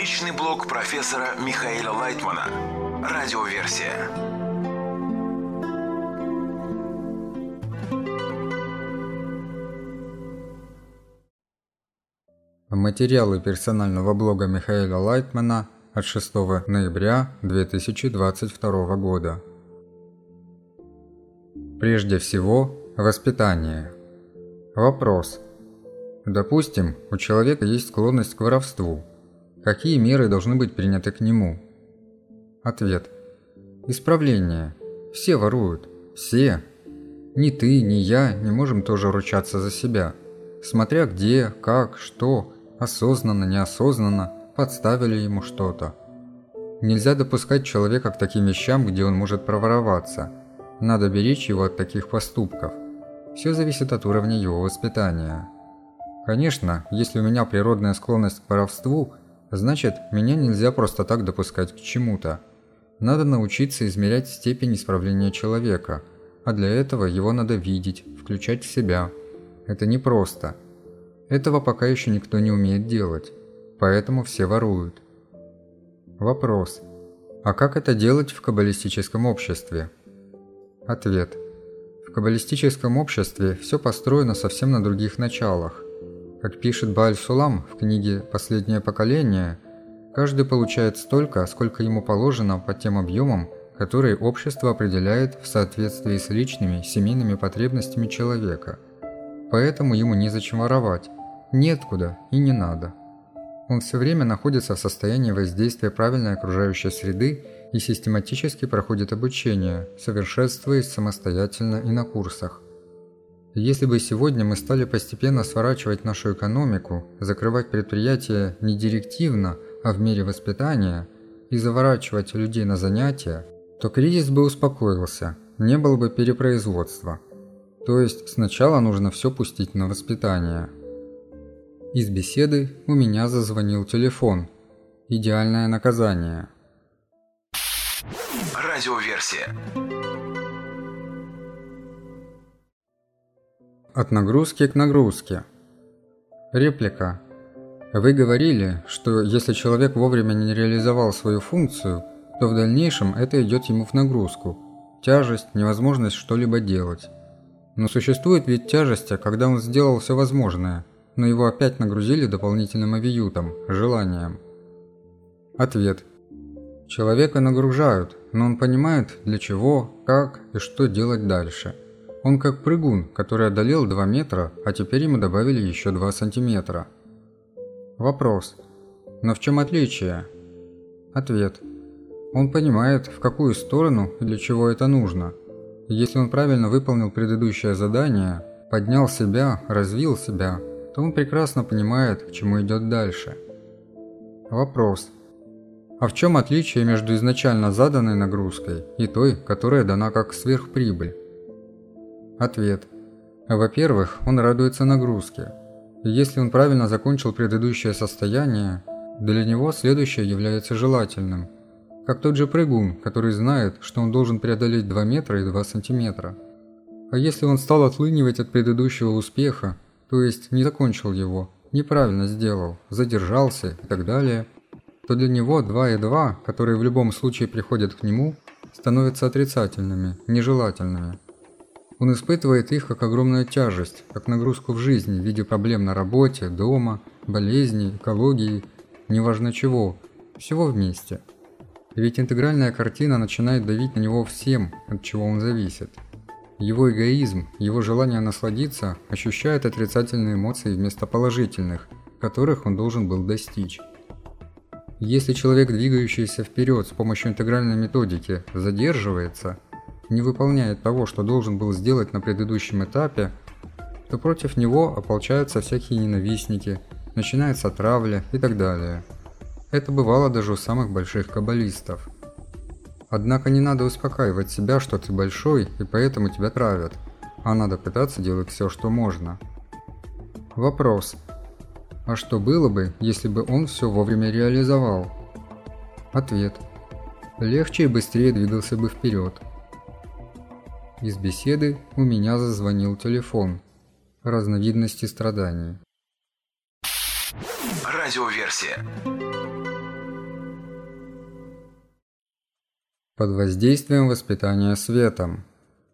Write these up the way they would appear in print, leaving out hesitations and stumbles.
Личный блог профессора Михаила Лайтмана. Радиоверсия. Материалы персонального блога Михаила Лайтмана от 6 ноября 2022 года. Прежде всего, воспитание. Вопрос. Допустим, у человека есть склонность к воровству. Какие меры должны быть приняты к нему? Ответ. Исправление. Все воруют. Все. Ни ты, ни я не можем тоже ручаться за себя. Смотря где, как, что, осознанно, неосознанно, подставили ему что-то. Нельзя допускать человека к таким вещам, где он может провороваться. Надо беречь его от таких поступков. Все зависит от уровня его воспитания. Конечно, если у меня природная склонность к воровству, значит, меня нельзя просто так допускать к чему-то. Надо научиться измерять степень исправления человека, а для этого его надо видеть, включать в себя. Это непросто. Этого пока еще никто не умеет делать, поэтому все воруют. Вопрос. А как это делать в каббалистическом обществе? Ответ. В каббалистическом обществе все построено совсем на других началах. Как пишет Бааль-Сулам в книге «Последнее поколение», каждый получает столько, сколько ему положено по тем объемам, которые общество определяет в соответствии с личными, семейными потребностями человека. Поэтому ему незачем воровать, неоткуда и не надо. Он все время находится в состоянии воздействия правильной окружающей среды и систематически проходит обучение, совершенствуясь самостоятельно и на курсах. Если бы сегодня мы стали постепенно сворачивать нашу экономику, закрывать предприятия не директивно, а в мере воспитания, и заворачивать людей на занятия, то кризис бы успокоился, не было бы перепроизводства. То есть сначала нужно все пустить на воспитание. Из беседы у меня зазвонил телефон. Идеальное наказание. Радиоверсия. От нагрузки к нагрузке. Реплика. Вы говорили, что если человек вовремя не реализовал свою функцию, то в дальнейшем это идет ему в нагрузку. Тяжесть, невозможность что-либо делать. Но существует вид тяжести, когда он сделал все возможное, но его опять нагрузили дополнительным авиютом, желанием. Ответ. Человека нагружают, но он понимает, для чего, как и что делать дальше. Он как прыгун, который одолел 2 метра, а теперь ему добавили еще 2 сантиметра. Вопрос. Но в чем отличие? Ответ. Он понимает, в какую сторону и для чего это нужно. Если он правильно выполнил предыдущее задание, поднял себя, развил себя, то он прекрасно понимает, к чему идет дальше. Вопрос. А в чем отличие между изначально заданной нагрузкой и той, которая дана как сверхприбыль? Ответ. Во-первых, он радуется нагрузке. И если он правильно закончил предыдущее состояние, для него следующее является желательным. Как тот же прыгун, который знает, что он должен преодолеть 2 метра и 2 сантиметра. А если он стал отлынивать от предыдущего успеха, то есть не закончил его, неправильно сделал, задержался и так далее, то для него 2 и 2, которые в любом случае приходят к нему, становятся отрицательными, нежелательными. Он испытывает их как огромную тяжесть, как нагрузку в жизни в виде проблем на работе, дома, болезней, экологии, неважно чего, всего вместе. Ведь интегральная картина начинает давить на него всем, от чего он зависит. Его эгоизм, его желание насладиться ощущает отрицательные эмоции вместо положительных, которых он должен был достичь. Если человек, двигающийся вперед с помощью интегральной методики, задерживается, не выполняет того, что должен был сделать на предыдущем этапе, то против него ополчаются всякие ненавистники, начинается травля и так далее. Это бывало даже у самых больших каббалистов. Однако не надо успокаивать себя, что ты большой и поэтому тебя травят, а надо пытаться делать все, что можно. Вопрос. А что было бы, если бы он все вовремя реализовал? Ответ. Легче и быстрее двигался бы вперед. Из беседы у меня зазвонил телефон. Разновидности страданий. Радиоверсия. Под воздействием воспитания светом.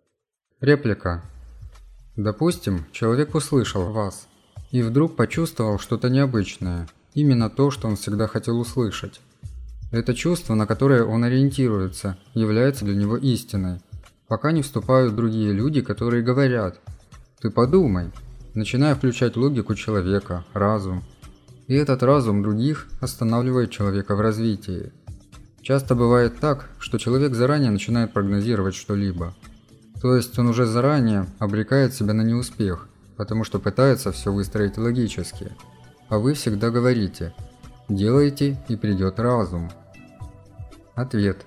Реплика. Допустим, человек услышал вас и вдруг почувствовал что-то необычное, именно то, что он всегда хотел услышать. Это чувство, на которое он ориентируется, является для него истиной, пока не вступают другие люди, которые говорят: «Ты подумай», начиная включать логику человека, разум. И этот разум других останавливает человека в развитии. Часто бывает так, что человек заранее начинает прогнозировать что-либо. То есть он уже заранее обрекает себя на неуспех, потому что пытается все выстроить логически. А вы всегда говорите: «Делайте, и придет разум». Ответ.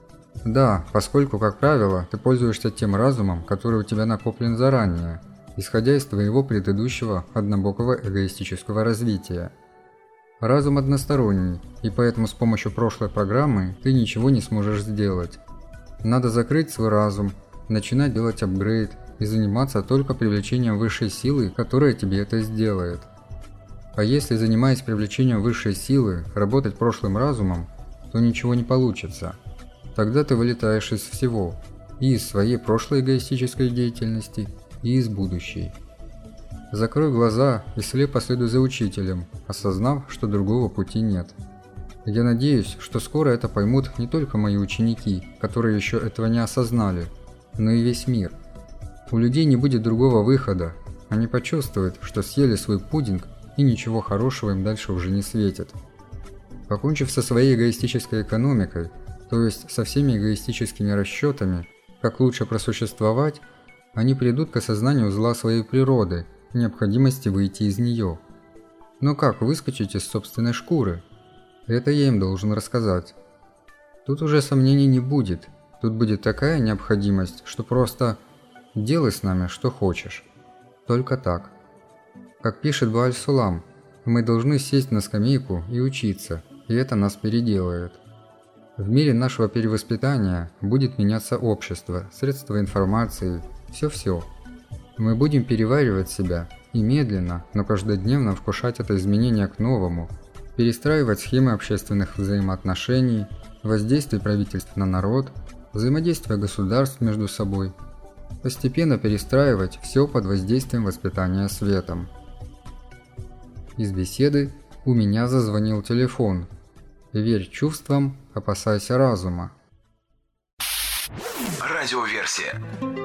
Да, поскольку, как правило, ты пользуешься тем разумом, который у тебя накоплен заранее, исходя из твоего предыдущего однобокого эгоистического развития. Разум односторонний, и поэтому с помощью прошлой программы ты ничего не сможешь сделать. Надо закрыть свой разум, начинать делать апгрейд и заниматься только привлечением высшей силы, которая тебе это сделает. А если, занимаясь привлечением высшей силы, работать прошлым разумом, то ничего не получится. Тогда ты вылетаешь из всего, и из своей прошлой эгоистической деятельности, и из будущей. Закрой глаза и слепо следуй за учителем, осознав, что другого пути нет. Я надеюсь, что скоро это поймут не только мои ученики, которые еще этого не осознали, но и весь мир. У людей не будет другого выхода. Они почувствуют, что съели свой пудинг, и ничего хорошего им дальше уже не светит. Покончив со своей эгоистической экономикой, то есть со всеми эгоистическими расчетами, как лучше просуществовать, они придут к осознанию зла своей природы, необходимости выйти из нее. Но как выскочить из собственной шкуры? Это я им должен рассказать. Тут уже сомнений не будет. Тут будет такая необходимость, что просто делай с нами, что хочешь. Только так. Как пишет Бааль-Сулам, мы должны сесть на скамейку и учиться, и это нас переделает. В мире нашего перевоспитания будет меняться общество, средства информации, все-все. Мы будем переваривать себя и медленно, но каждодневно вкушать это изменение к новому, перестраивать схемы общественных взаимоотношений, воздействие правительств на народ, взаимодействие государств между собой, постепенно перестраивать все под воздействием воспитания светом. Из беседы «У меня зазвонил телефон». Верь чувствам, опасайся разума. Радиоверсия.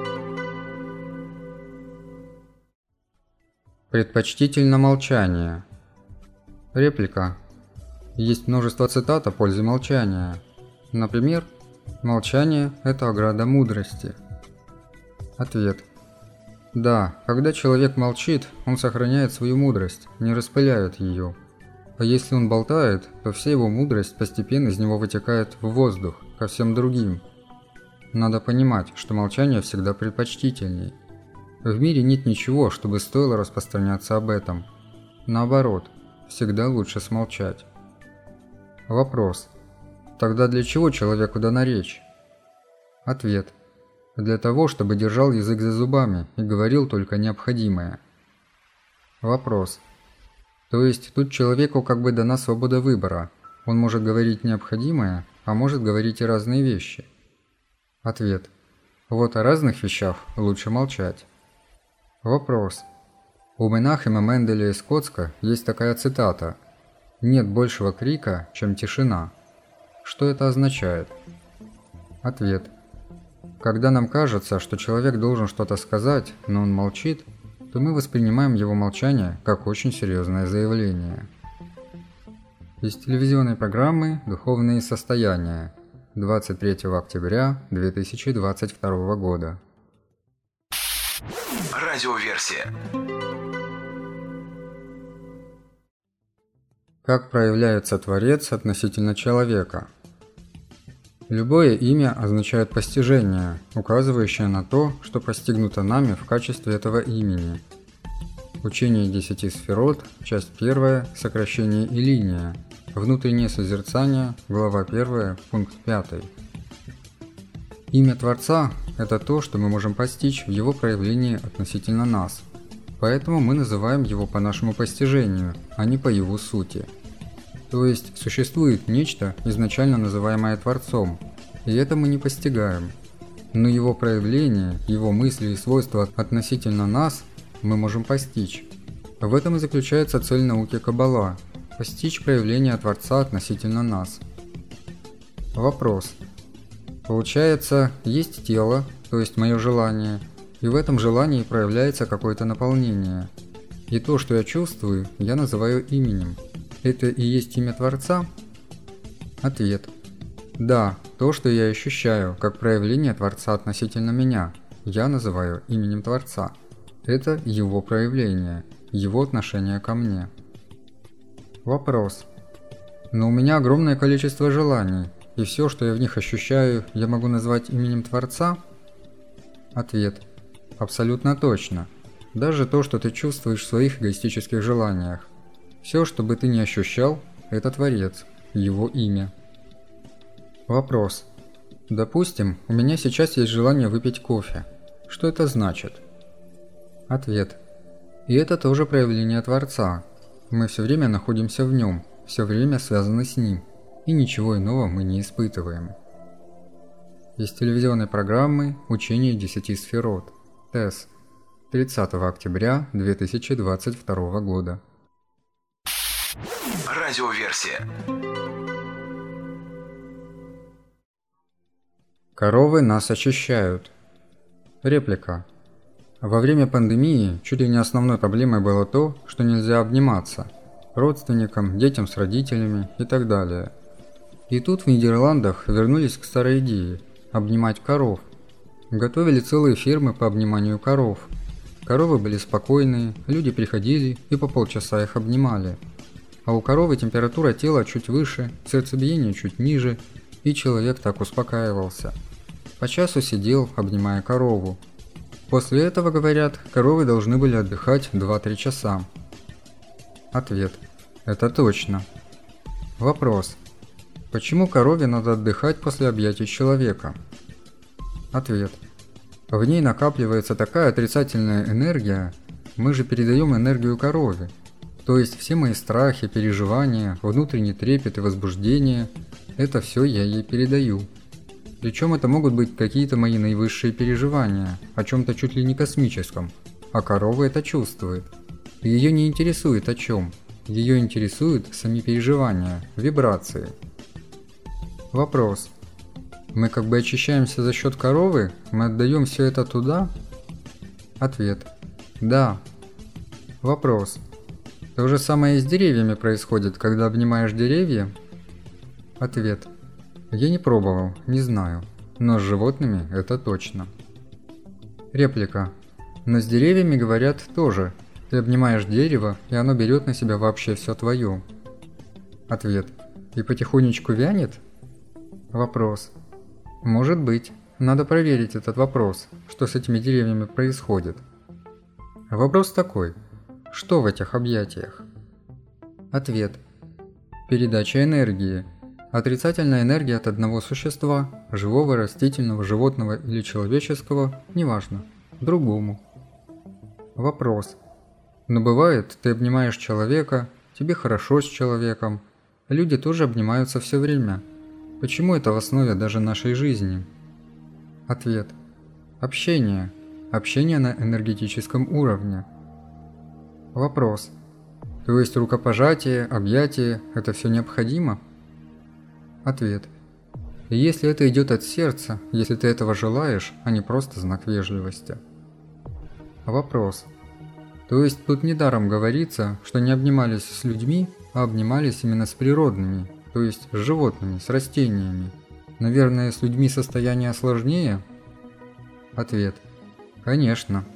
Предпочтительно молчание. Реплика. Есть множество цитат о пользе молчания. Например, «Молчание – это ограда мудрости». Ответ. Да, когда человек молчит, он сохраняет свою мудрость, не распыляет ее. А если он болтает, то вся его мудрость постепенно из него вытекает в воздух, ко всем другим. Надо понимать, что молчание всегда предпочтительней. В мире нет ничего, чтобы стоило распространяться об этом. Наоборот, всегда лучше смолчать. Вопрос. Тогда для чего человеку дана речь? Ответ. Для того, чтобы держал язык за зубами и говорил только необходимое. Вопрос. То есть тут человеку как бы дана свобода выбора. Он может говорить необходимое, а может говорить и разные вещи. Ответ. Вот о разных вещах лучше молчать. Вопрос. У Менахема Менделя из Коцка есть такая цитата: «Нет большего крика, чем тишина». Что это означает? Ответ. Когда нам кажется, что человек должен что-то сказать, но он молчит, то мы воспринимаем его молчание как очень серьезное заявление. Из телевизионной программы «Духовные состояния» 23 октября 2022 года. Радиоверсия. Как проявляется Творец относительно человека? Любое имя означает постижение, указывающее на то, что постигнуто нами в качестве этого имени. Учение 10 сферот, часть 1, сокращение и линия, внутреннее созерцание, глава 1, пункт 5. Имя Творца – это то, что мы можем постичь в его проявлении относительно нас, поэтому мы называем его по нашему постижению, а не по его сути. То есть существует нечто, изначально называемое Творцом, и это мы не постигаем. Но его проявления, его мысли и свойства относительно нас мы можем постичь. В этом и заключается цель науки Каббала – постичь проявления Творца относительно нас. Вопрос. Получается, есть тело, то есть мое желание, и в этом желании проявляется какое-то наполнение. И то, что я чувствую, я называю именем. Это и есть имя Творца? Ответ. Да, то, что я ощущаю, как проявление Творца относительно меня, я называю именем Творца. Это его проявление, его отношение ко мне. Вопрос. Но у меня огромное количество желаний, и все, что я в них ощущаю, я могу назвать именем Творца? Ответ. Абсолютно точно. Даже то, что ты чувствуешь в своих эгоистических желаниях. Все, что бы ты ни ощущал, это Творец, его имя. Вопрос. Допустим, у меня сейчас есть желание выпить кофе. Что это значит? Ответ. И это тоже проявление Творца. Мы все время находимся в нем, все время связаны с ним, и ничего иного мы не испытываем. Из телевизионной программы «Учение 10 сферот» ТЭС 30 октября 2022 года. Радиоверсия. Коровы нас очищают. Реплика. Во время пандемии чуть ли не основной проблемой было то, что нельзя обниматься родственникам, детям с родителями и так далее. И тут в Нидерландах вернулись к старой идее – обнимать коров. Готовили целые фермы по обниманию коров. Коровы были спокойные, люди приходили и по полчаса их обнимали. А у коровы температура тела чуть выше, сердцебиение чуть ниже, и человек так успокаивался. По часу сидел, обнимая корову. После этого, говорят, коровы должны были отдыхать 2-3 часа. Ответ. Это точно. Вопрос. Почему корове надо отдыхать после объятий человека? Ответ. В ней накапливается такая отрицательная энергия, мы же передаем энергию корове. То есть все мои страхи, переживания, внутренний трепет и возбуждение – это все я ей передаю. Причем это могут быть какие-то мои наивысшие переживания, о чем-то чуть ли не космическом, а корова это чувствует. Ее не интересует о чем, ее интересуют сами переживания, вибрации. Вопрос. Мы как бы очищаемся за счет коровы? Мы отдаем все это туда? Ответ. Да. Вопрос. То же самое и с деревьями происходит, когда обнимаешь деревья? Ответ. Я не пробовал, не знаю, но с животными это точно. Реплика. Но с деревьями говорят тоже. Ты обнимаешь дерево, и оно берет на себя вообще все твое. Ответ. И потихонечку вянет? Вопрос. Может быть. Надо проверить этот вопрос, что с этими деревьями происходит. Вопрос такой. Что в этих объятиях? Ответ. Передача энергии. Отрицательная энергия от одного существа, живого, растительного, животного или человеческого, неважно, другому. Вопрос. Но бывает, ты обнимаешь человека, тебе хорошо с человеком, люди тоже обнимаются все время. Почему это в основе даже нашей жизни? Ответ. Общение. Общение на энергетическом уровне. Вопрос. То есть рукопожатие, объятие – это все необходимо? Ответ. И если это идет от сердца, если ты этого желаешь, а не просто знак вежливости. Вопрос. То есть тут недаром говорится, что не обнимались с людьми, а обнимались именно с природными, то есть с животными, с растениями. Наверное, с людьми состояние сложнее? Ответ. Конечно.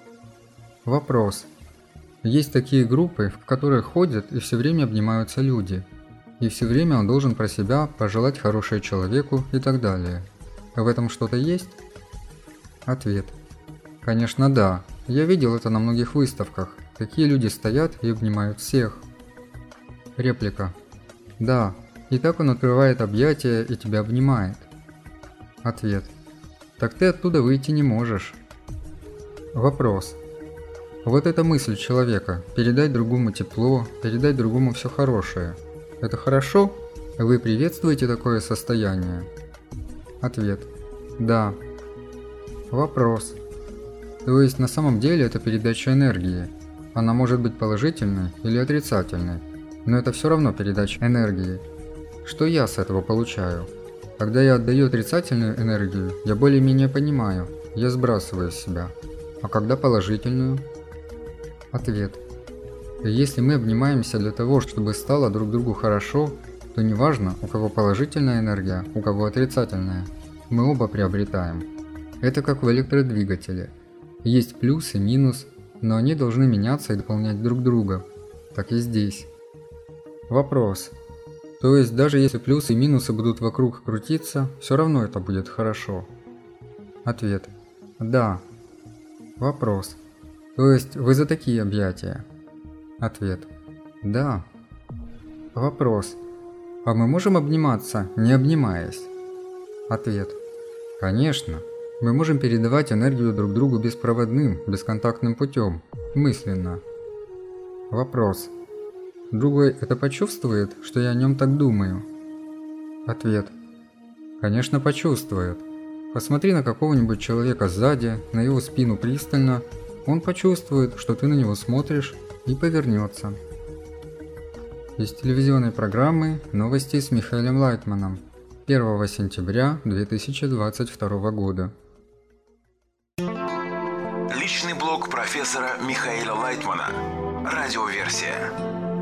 Вопрос. Есть такие группы, в которых ходят и все время обнимаются люди. И все время он должен про себя пожелать хорошее человеку и так далее. В этом что-то есть? Ответ. Конечно, да. Я видел это на многих выставках. Такие люди стоят и обнимают всех. Реплика. Да. И так он открывает объятия и тебя обнимает. Ответ. Так ты оттуда выйти не можешь. Вопрос. Вот эта мысль человека – передать другому тепло, передать другому все хорошее. Это хорошо? Вы приветствуете такое состояние? Ответ. Да. Вопрос. То есть на самом деле это передача энергии. Она может быть положительной или отрицательной, но это все равно передача энергии. Что я с этого получаю? Когда я отдаю отрицательную энергию, я более-менее понимаю, я сбрасываю с себя. А когда положительную? Ответ. Если мы обнимаемся для того, чтобы стало друг другу хорошо, то неважно, у кого положительная энергия, у кого отрицательная, мы оба приобретаем. Это как в электродвигателе. Есть плюс и минус, но они должны меняться и дополнять друг друга. Так и здесь. Вопрос. То есть даже если плюсы и минусы будут вокруг крутиться, все равно это будет хорошо? Ответ. Да. Вопрос. То есть вы за такие объятия? Ответ. Да. Вопрос. А мы можем обниматься, не обнимаясь? Ответ. Конечно. Мы можем передавать энергию друг другу беспроводным, бесконтактным путем, мысленно. Вопрос. Другой это почувствует, что я о нем так думаю? Ответ. Конечно, почувствует. Посмотри на какого-нибудь человека сзади, на его спину пристально, он почувствует, что ты на него смотришь, и повернется. Из телевизионной программы «Новости с Михаилом Лайтманом» 1 сентября 2022 года. Личный блог профессора Михаила Лайтмана. Радиоверсия.